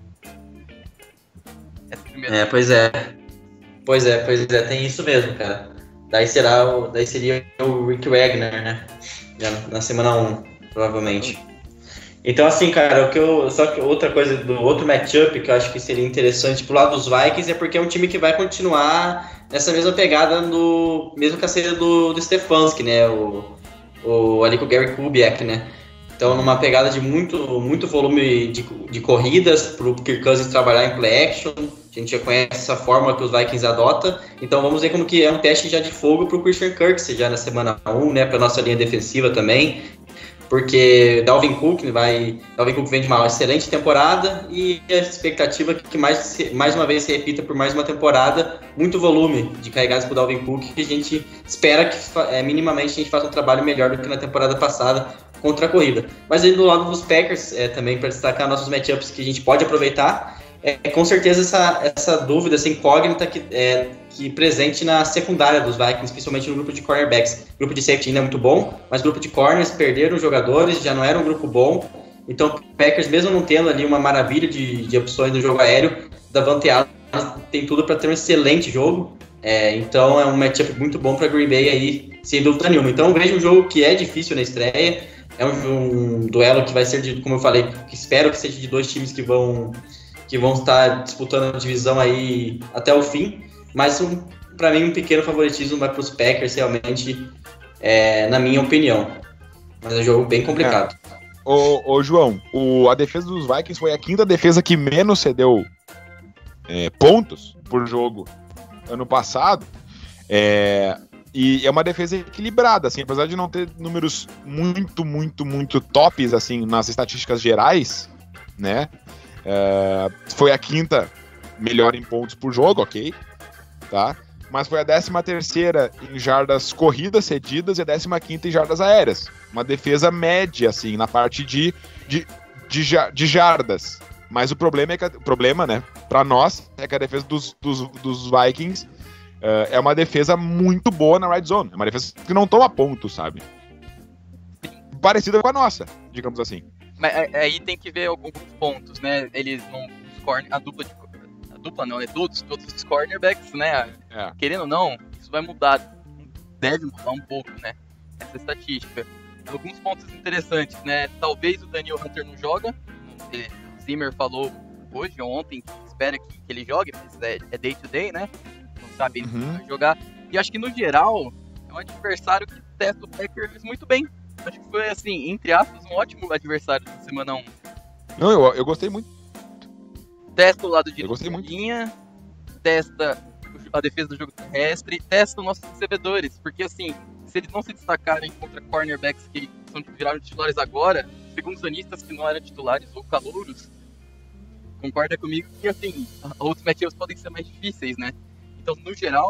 É, pois é. Pois é, pois é, tem isso mesmo, cara. Daí, será o, daí seria o Rick Wagner, né? Já na semana um, provavelmente. Então, assim, cara, o que eu, só que outra coisa do outro matchup que eu acho que seria interessante pro lado dos Vikings é porque é um time que vai continuar nessa mesma pegada no mesmo caseiro do, do Stefanski, né? O, o, ali com o Gary Kubiak, né? Então, numa pegada de muito, muito volume de, de corridas pro Kirk Cousins trabalhar em play action. A gente já conhece essa fórmula que os Vikings adotam. Então, vamos ver como que é um teste já de fogo pro Christian Kirksey já na semana um, né? Pra nossa linha defensiva também. Porque Dalvin Cook vai, Dalvin Cook vem de uma excelente temporada e a expectativa é que mais, mais uma vez se repita por mais uma temporada, muito volume de carregadas para o Dalvin Cook, que a gente espera que é, minimamente a gente faça um trabalho melhor do que na temporada passada contra a corrida. Mas aí do lado dos Packers, é, também para destacar nossos matchups que a gente pode aproveitar, é com certeza essa, essa dúvida, essa incógnita que é que presente na secundária dos Vikings, principalmente no grupo de cornerbacks. O grupo de safety ainda é muito bom, mas o grupo de corners perderam jogadores, já não era um grupo bom. Então o Packers, mesmo não tendo ali uma maravilha de, de opções no jogo aéreo, Davante Adams tem tudo para ter um excelente jogo. É, então é um matchup muito bom para Green Bay aí, sem dúvida nenhuma. Então eu vejo um jogo que é difícil na estreia, é um, um duelo que vai ser, de, como eu falei, que espero que seja de dois times que vão, que vão estar disputando a divisão aí até o fim. Mas, um, para mim, um pequeno favoritismo vai para os Packers, realmente, é, na minha opinião. Mas é um jogo bem complicado. É. Ô, ô, João, o, a defesa dos Vikings foi a quinta defesa que menos cedeu é, pontos por jogo ano passado. É, e é uma defesa equilibrada, assim, apesar de não ter números muito, muito, muito tops, assim, nas estatísticas gerais, né? É, foi a quinta melhor em pontos por jogo, ok? Tá? Mas foi a décima terceira em jardas corridas cedidas e a décima quinta em jardas aéreas. Uma defesa média, assim, na parte de, de, de, de jardas. Mas o problema, é que, o problema, né, pra nós, é que a defesa dos, dos, dos Vikings uh, é uma defesa muito boa na red zone. É uma defesa que não toma ponto, sabe? Parecida com a nossa, digamos assim. Mas aí tem que ver alguns pontos, né? Eles não... A dupla de... dupla não, é todos, todos os cornerbacks, né? É. Querendo ou não, isso vai mudar, deve mudar um pouco, né? Essa estatística. Alguns pontos interessantes, né? Talvez o Daniel Hunter não joga, o Zimmer falou hoje ou ontem que espera que, que ele jogue, mas é, é day to day, né? Não sabe uhum. se vai jogar. E acho que no geral, é um adversário que testa o Packers muito bem. Acho que foi, assim, entre aspas, um ótimo adversário da semana um. Não, eu, eu gostei muito. Testa o lado direito da linha, testa a defesa do jogo terrestre, testa os nossos recebedores, porque assim, se eles não se destacarem contra cornerbacks que são, viraram titulares agora, segundo os anistas que não eram titulares ou calouros, concorda comigo que assim, outros matchups podem ser mais difíceis, né? Então, no geral,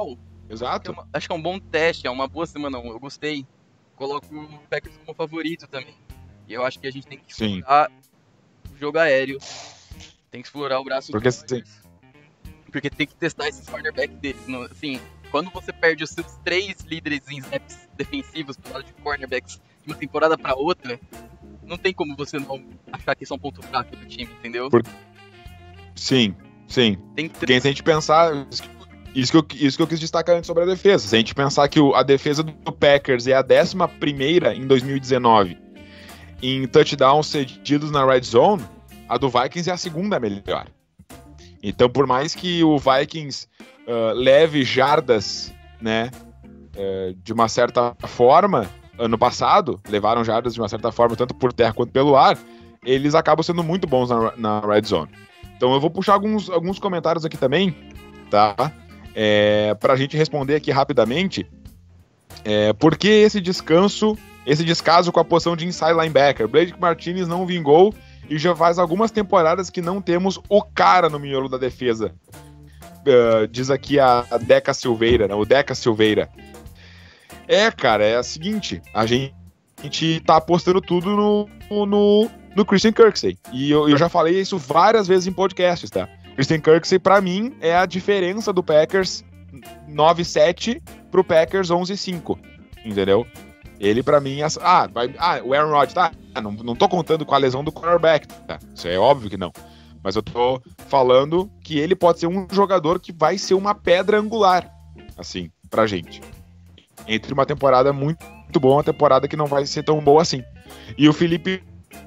Exato. É uma, acho que é um bom teste, é uma boa semana um. Eu gostei. Coloco o Packers como favorito também. E eu acho que a gente tem que explorar Sim. o jogo aéreo. Tem que explorar o braço Porque, do Porque tem que testar esses cornerbacks deles. No, assim, quando você perde os seus três líderes em snaps defensivos pro lado de cornerbacks de uma temporada pra outra, não tem como você não achar que isso é um ponto fraco do time, entendeu? Por... Sim, sim. Tem que... Porque se a gente pensar... Isso que, eu, isso que eu quis destacar antes sobre a defesa. Se a gente pensar que o, a defesa do Packers é a décima primeira em dois mil e dezenove em touchdowns cedidos na red zone, a do Vikings é a segunda melhor. Então, por mais que o Vikings uh, leve jardas, né, uh, de uma certa forma, ano passado, levaram jardas de uma certa forma, tanto por terra quanto pelo ar, eles acabam sendo muito bons na, na red zone. Então eu vou puxar alguns, alguns comentários aqui também, tá? É, pra gente responder aqui rapidamente, é, por que esse descanso, esse descaso com a posição de inside linebacker? Blake Martinez não vingou e já faz algumas temporadas que não temos o cara no miolo da defesa. Uh, diz aqui a, a Deca Silveira, né? O Deca Silveira. É, cara, é o seguinte, a gente, a gente tá apostando tudo no, no, no Christian Kirksey. E eu, eu já falei isso várias vezes em podcasts, tá? Christian Kirksey, pra mim, é a diferença do Packers nove sete pro Packers onze cinco, entendeu? Ele, pra mim, é... ah, vai... ah, o Aaron Rodgers, tá? Ah, não, não tô contando com a lesão do quarterback, tá? Isso é óbvio que não. Mas eu tô falando que ele pode ser um jogador que vai ser uma pedra angular, assim, pra gente. Entre uma temporada muito, muito boa e uma temporada que não vai ser tão boa assim. E o Felipe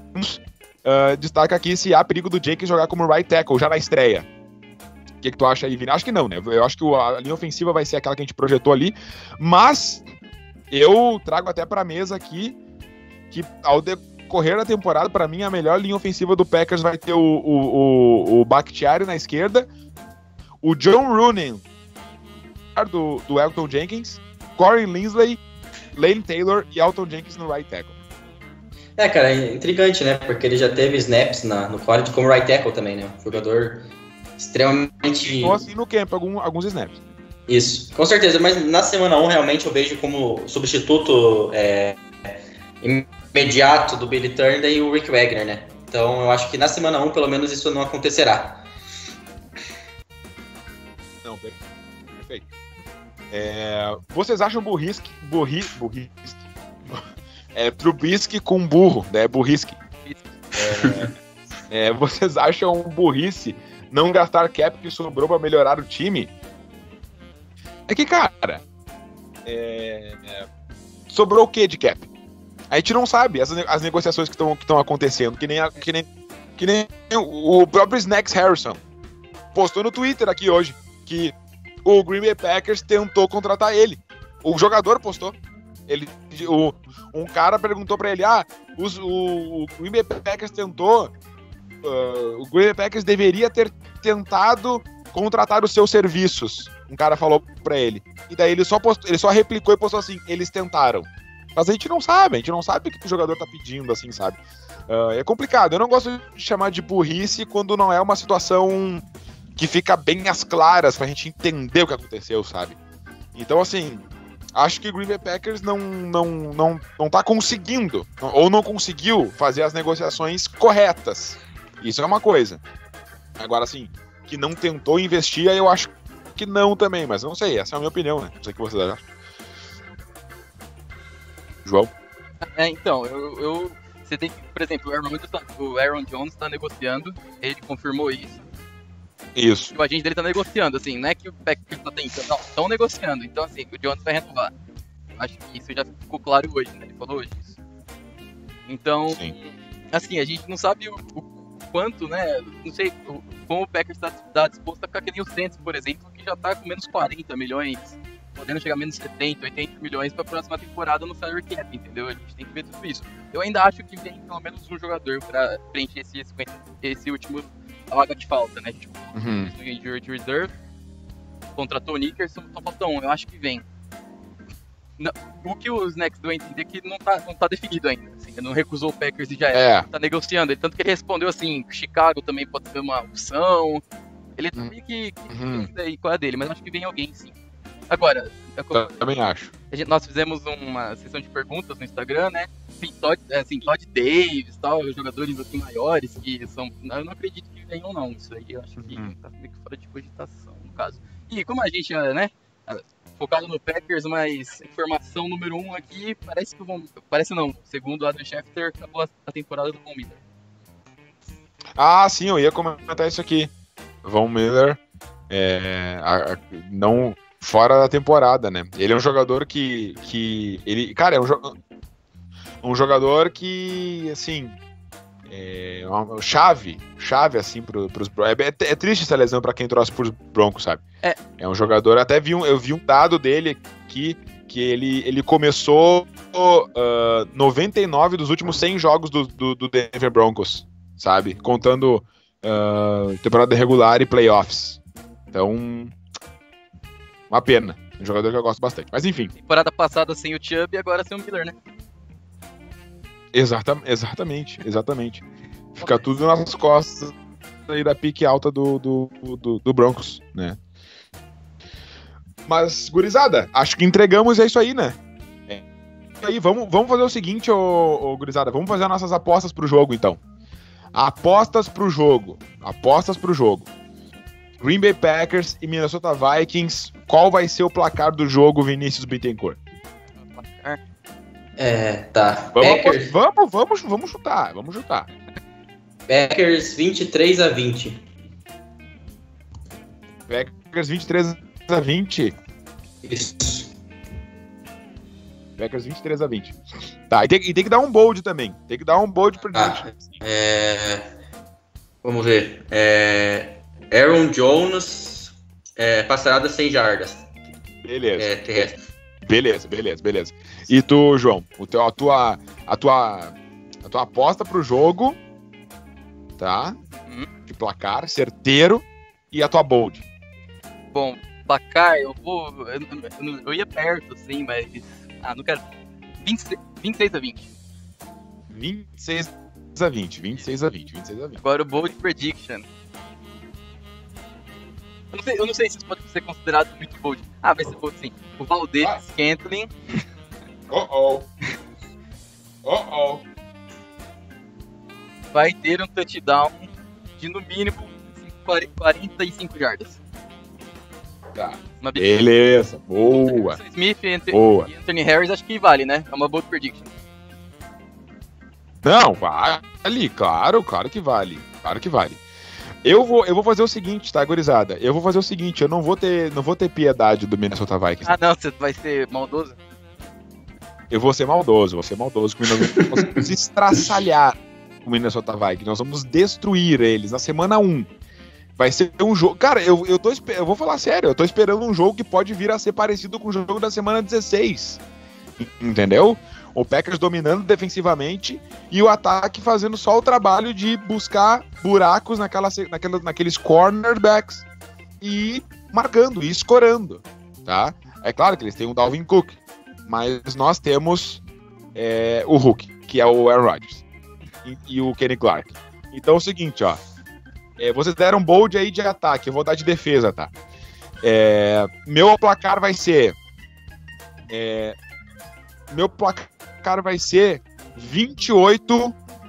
uh, destaca aqui se há perigo do Jake jogar como right tackle já na estreia. O que, que tu acha aí, Vini? Acho que não, né? Eu acho que a linha ofensiva vai ser aquela que a gente projetou ali, mas eu trago até pra mesa aqui que ao decorrer da temporada, pra mim, a melhor linha ofensiva do Packers vai ter o, o, o, o Bakhtiari na esquerda, o John Rooney do, do Elton Jenkins, Corey Linsley, Lane Taylor e Elton Jenkins no right tackle. É, cara, é intrigante, né? Porque ele já teve snaps na, no college como right tackle também, né? Um jogador extremamente... Então, assim, no camp, algum, alguns snaps. Isso, com certeza. Mas na semana um, realmente, eu vejo como substituto é, imediato do Billy Turner e o Rick Wagner, né? Então, eu acho que na semana um, pelo menos, isso não acontecerá. Não, perfeito. É, vocês acham burrisque, burri, burrisque, é, Trubisky com burro, né, burrisque, é, é, vocês acham burrice não gastar cap que sobrou pra melhorar o time? É que, cara, é, é, sobrou o que de cap? A gente não sabe as, as negociações que estão que estão acontecendo, que nem, a, que, nem, que nem o próprio Snacks Harrison postou no Twitter aqui hoje, que o Green Bay Packers tentou contratar ele. O jogador postou. Ele, o, um cara perguntou pra ele, ah, os, o, o Green Bay Packers tentou, uh, o Green Bay Packers deveria ter tentado contratar os seus serviços. Um cara falou pra ele. E daí ele só, postou, ele só replicou e postou assim, eles tentaram. Mas a gente não sabe, a gente não sabe o que o jogador tá pedindo, assim, sabe? Uh, é complicado. Eu não gosto de chamar de burrice quando não é uma situação que fica bem às claras pra gente entender o que aconteceu, sabe? Então, assim, acho que o Green Bay Packers não, não, não, não tá conseguindo, ou não conseguiu fazer as negociações corretas. Isso é uma coisa. Agora, assim, que não tentou investir, eu acho que não também, mas eu não sei, essa é a minha opinião, né? Não sei o que vocês acham. João? É, então, eu, eu... Você tem que, por exemplo, o Aaron, o Aaron Jones tá negociando, ele confirmou isso. Isso. O agente dele tá negociando, assim, não é que o Packers tá tentando, não, estão negociando. Então, assim, o Jones vai renovar. Acho que isso já ficou claro hoje, né? Ele falou hoje isso. Então, Sim. assim, a gente não sabe o, o quanto, né? Não sei o, como o Packers tá, tá disposto a ficar que nem o Saints, por exemplo, que já tá com menos quarenta milhões, podendo chegar a menos setenta, oitenta milhões pra próxima temporada no salary cap, entendeu? A gente tem que ver tudo isso. Eu ainda acho que tem pelo menos um jogador pra preencher esse, esse, esse último... a vaga de falta, né? A gente uhum. no Injured Reserve, contratou o Nickerson, só falta um, eu acho que vem. Não, o que os Snacks deu a entender é que não tá, não tá definido ainda, assim, ele não recusou o Packers e já era, é. tá negociando, ele, tanto que ele respondeu assim, Chicago também pode ser uma opção, ele tá meio que, que uhum. aí qual é a dele, mas eu acho que vem alguém sim. Agora, eu também acho. A gente, nós fizemos uma sessão de perguntas no Instagram, né? Assim, Todd, assim, Todd Davis, tal, jogadores assim maiores que são. Eu não acredito que venham, não. Isso aí eu acho que uhum. tá meio que fora de cogitação, no caso. E como a gente, né, focado no Packers, mas informação número um aqui, parece que o Von, parece não, segundo o Adam Schefter, acabou a, a temporada do Von Miller. Ah, sim, eu ia comentar isso aqui. Von Miller, é, a, a, não fora da temporada, né? Ele é um jogador que, que ele, cara, é um, jo, um jogador que, assim, é uma chave, chave assim pro, pros é, é triste essa lesão pra quem torce pros Broncos, sabe? É, é um jogador, até vi um, eu vi um dado dele aqui, que ele, ele começou uh, noventa e nove dos últimos cem jogos do, do, do Denver Broncos, sabe? Contando uh, temporada regular e playoffs. Então, uma pena. Um jogador que eu gosto bastante. Mas enfim. Temporada passada sem o Chubb e agora sem o Miller, né? Exata, exatamente, exatamente. Fica tudo nas costas aí da pique alta do, do, do, do Broncos, né? Mas, gurizada, acho que entregamos, é isso aí, né? É. E aí, vamos, vamos fazer o seguinte, ô, ô, gurizada, vamos fazer as nossas apostas pro jogo, então. Apostas pro jogo. Apostas pro jogo. Green Bay Packers e Minnesota Vikings. Qual vai ser o placar do jogo, Vinícius Bittencourt? É, tá. Vamos, Packers... vamos, vamos, vamos chutar, vamos chutar. Packers vinte e três a vinte. Packers vinte e três a vinte. Isso. Packers vinte e três a vinte. Tá, e tem, e tem que dar um bold também. Tem que dar um bold pra ah, gente. É... Vamos ver. É... Aaron Jones, é... passarada cem jardas. Beleza. É, terrestre. Beleza, beleza, beleza. E tu, João, o teu, a, tua, a, tua, a tua aposta pro jogo, tá? Hum. De placar, certeiro, e a tua bold. Bom, placar, eu vou... Eu, eu, eu ia perto, sim, mas... Ah, não quero... vinte e seis a vinte. vinte e seis a vinte, vinte e seis a vinte, vinte e seis a vinte. Agora o bold prediction. Eu não, sei, eu não sei se isso pode ser considerado muito bold. Ah, vai ser bold sim. O Valdez ah. Scantling. Oh oh. Oh oh. Vai ter um touchdown de no mínimo quarenta e cinco jardas. Tá. Uma beleza. Boa. Smith e Boa. Anthony Harris acho que vale, né? É uma bold prediction. Não, vale. Claro, claro que vale. Claro que vale. Eu vou, eu vou fazer o seguinte, tá, gurizada? Eu vou fazer o seguinte, eu não vou ter, não vou ter piedade do Minnesota Vikings. Ah, não, você vai ser maldoso? Eu vou ser maldoso, vou ser maldoso. Nós vamos estraçalhar o Minnesota Vikings. Nós vamos destruir eles na semana um. Vai ser um jogo... Cara, eu, eu, tô, eu vou falar sério, eu tô esperando um jogo que pode vir a ser parecido com o jogo da semana dezesseis. Entendeu? O Packers dominando defensivamente e o ataque fazendo só o trabalho de buscar buracos naquela, naquela, naqueles cornerbacks e marcando, e escorando, tá? É claro que eles têm o Dalvin Cook, mas nós temos é, o Hulk, que é o Aaron Rodgers, e, e o Kenny Clark. Então é o seguinte, ó, é, vocês deram bold aí de ataque, eu vou dar de defesa, tá? É, meu placar vai ser... É, meu placar vai ser vinte e oito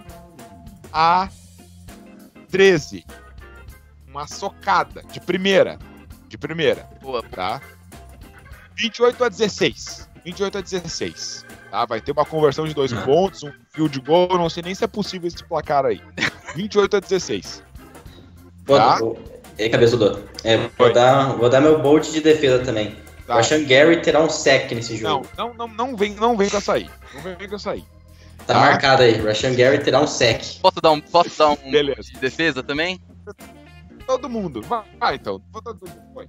a treze. Uma socada de primeira. De primeira. Boa, tá? vinte e oito a dezesseis. vinte e oito a dezesseis. Tá? Vai ter uma conversão de dois pontos, um field goal, não sei nem se é possível esse placar aí. vinte e oito a dezesseis. Tá? Ei, cabeçudo. É, vou, dar, vou dar meu bolt de defesa também. Tá. O Rashan Gary terá um sec nesse jogo. Não, não, não, não, vem, não vem com essa aí. Não vem com essa aí. Tá, tá marcado aí. O Rashan Gary terá um sec. Posso dar um, posso dar um Beleza. de defesa também? Todo mundo. Vai, vai então. Todo mundo. Vai.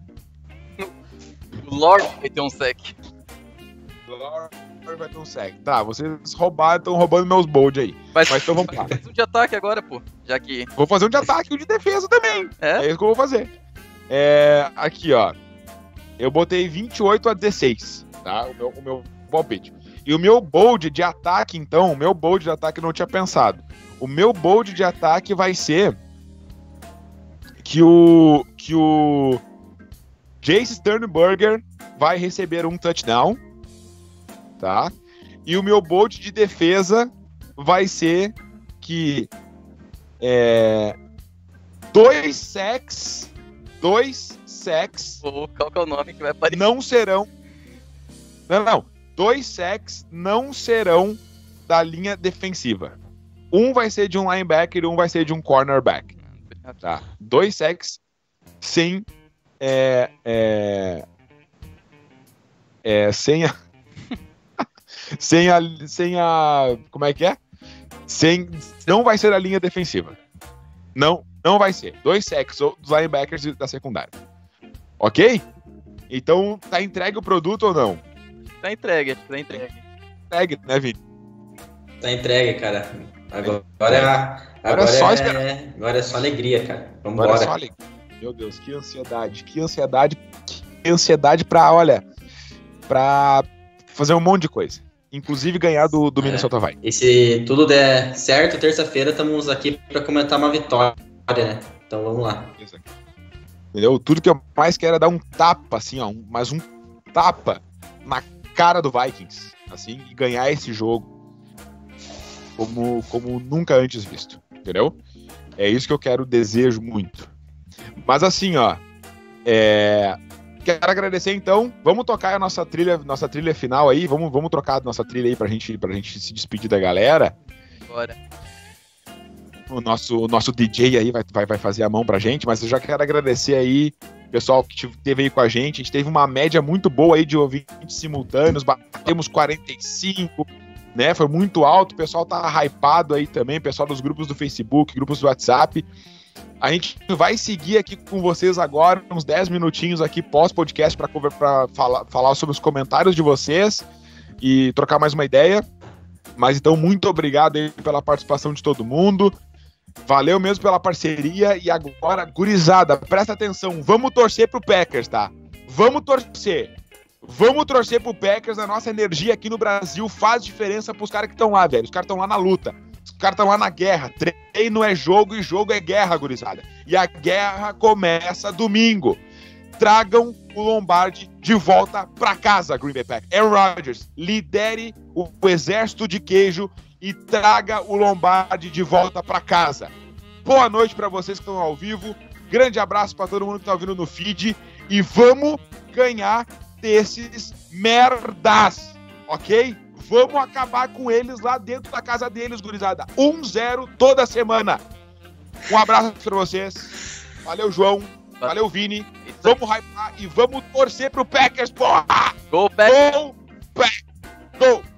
O Lord vai ter um sec. O Lord vai ter um sec. Tá, vocês roubaram, estão roubando meus bold aí. Mas, Mas então vamos lá. Faz um de ataque agora, pô. Já que... Vou fazer um de ataque e um de defesa também. É? É isso que eu vou fazer. É, aqui, ó. Eu botei vinte e oito a dezesseis, tá? O meu, o meu palpite. E o meu bold de ataque, então, o meu bold de ataque eu não tinha pensado. O meu bold de ataque vai ser que o que o Jace Sternberger vai receber um touchdown, tá? E o meu bold de defesa vai ser que é, dois sacks, dois sacks. Ou qual que é o nome que vai aparecer? Não serão. Não, não. Dois sacks não serão da linha defensiva. Um vai ser de um linebacker e um vai ser de um cornerback. Tá? Dois sacks sem. É, é, é, sem a. sem a. Sem a. Como é que é? Sem, não vai ser a linha defensiva. Não, não vai ser. Dois sacks dos linebackers da secundária. Ok? Então, tá entregue o produto ou não? Tá entregue, acho que tá entregue. Entregue, né, Vini? Tá entregue, cara. Agora, agora, agora, agora, é, só é, agora é só alegria, cara. Vamos embora. Agora é só alegria. Meu Deus, que ansiedade. Que ansiedade. Que ansiedade pra, olha, pra fazer um monte de coisa. Inclusive ganhar do, do Minnesota é. Vai. E se tudo der certo, terça-feira estamos aqui pra comentar uma vitória, né? Então vamos lá. Entendeu? Tudo que eu mais quero é dar um tapa, assim, ó. Um, mas um tapa na cara do Vikings, assim, e ganhar esse jogo como, como nunca antes visto. Entendeu? É isso que eu quero, desejo muito. Mas assim, ó. É... Quero agradecer, então. Vamos tocar a nossa trilha, nossa trilha final aí. Vamos, vamos trocar a nossa trilha aí pra gente, pra gente se despedir da galera. Bora. O nosso, o nosso D J aí vai, vai, vai fazer a mão pra gente, mas eu já quero agradecer aí o pessoal que esteve aí com a gente. A gente teve uma média muito boa aí de ouvintes simultâneos, batemos quarenta e cinco, né? Foi muito alto. O pessoal tá hypado aí também, pessoal dos grupos do Facebook, grupos do WhatsApp. A gente vai seguir aqui com vocês agora, uns dez minutinhos aqui pós-podcast para falar, falar sobre os comentários de vocês e trocar mais uma ideia. Mas então, muito obrigado aí pela participação de todo mundo. Valeu mesmo pela parceria. E agora, gurizada, presta atenção. Vamos torcer pro Packers, tá? Vamos torcer. Vamos torcer pro Packers. A nossa energia aqui no Brasil faz diferença pros caras que estão lá, velho. Os caras estão lá na luta. Os caras estão lá na guerra. Treino é jogo e jogo é guerra, gurizada. E a guerra começa domingo. Tragam o Lombardi de volta pra casa, Green Bay Packers. Aaron Rodgers, lidere o, o exército de queijo e traga o Lombardi de volta pra casa. Boa noite pra vocês que estão ao vivo. Grande abraço pra todo mundo que tá ouvindo no feed. E vamos ganhar desses merdas, ok? Vamos acabar com eles lá dentro da casa deles, gurizada. um zero toda semana. Um abraço pra vocês. Valeu, João. Valeu, Vini. Vamos hypar e vamos torcer pro Packers, porra! Go, Packers! Go, Packers! Go!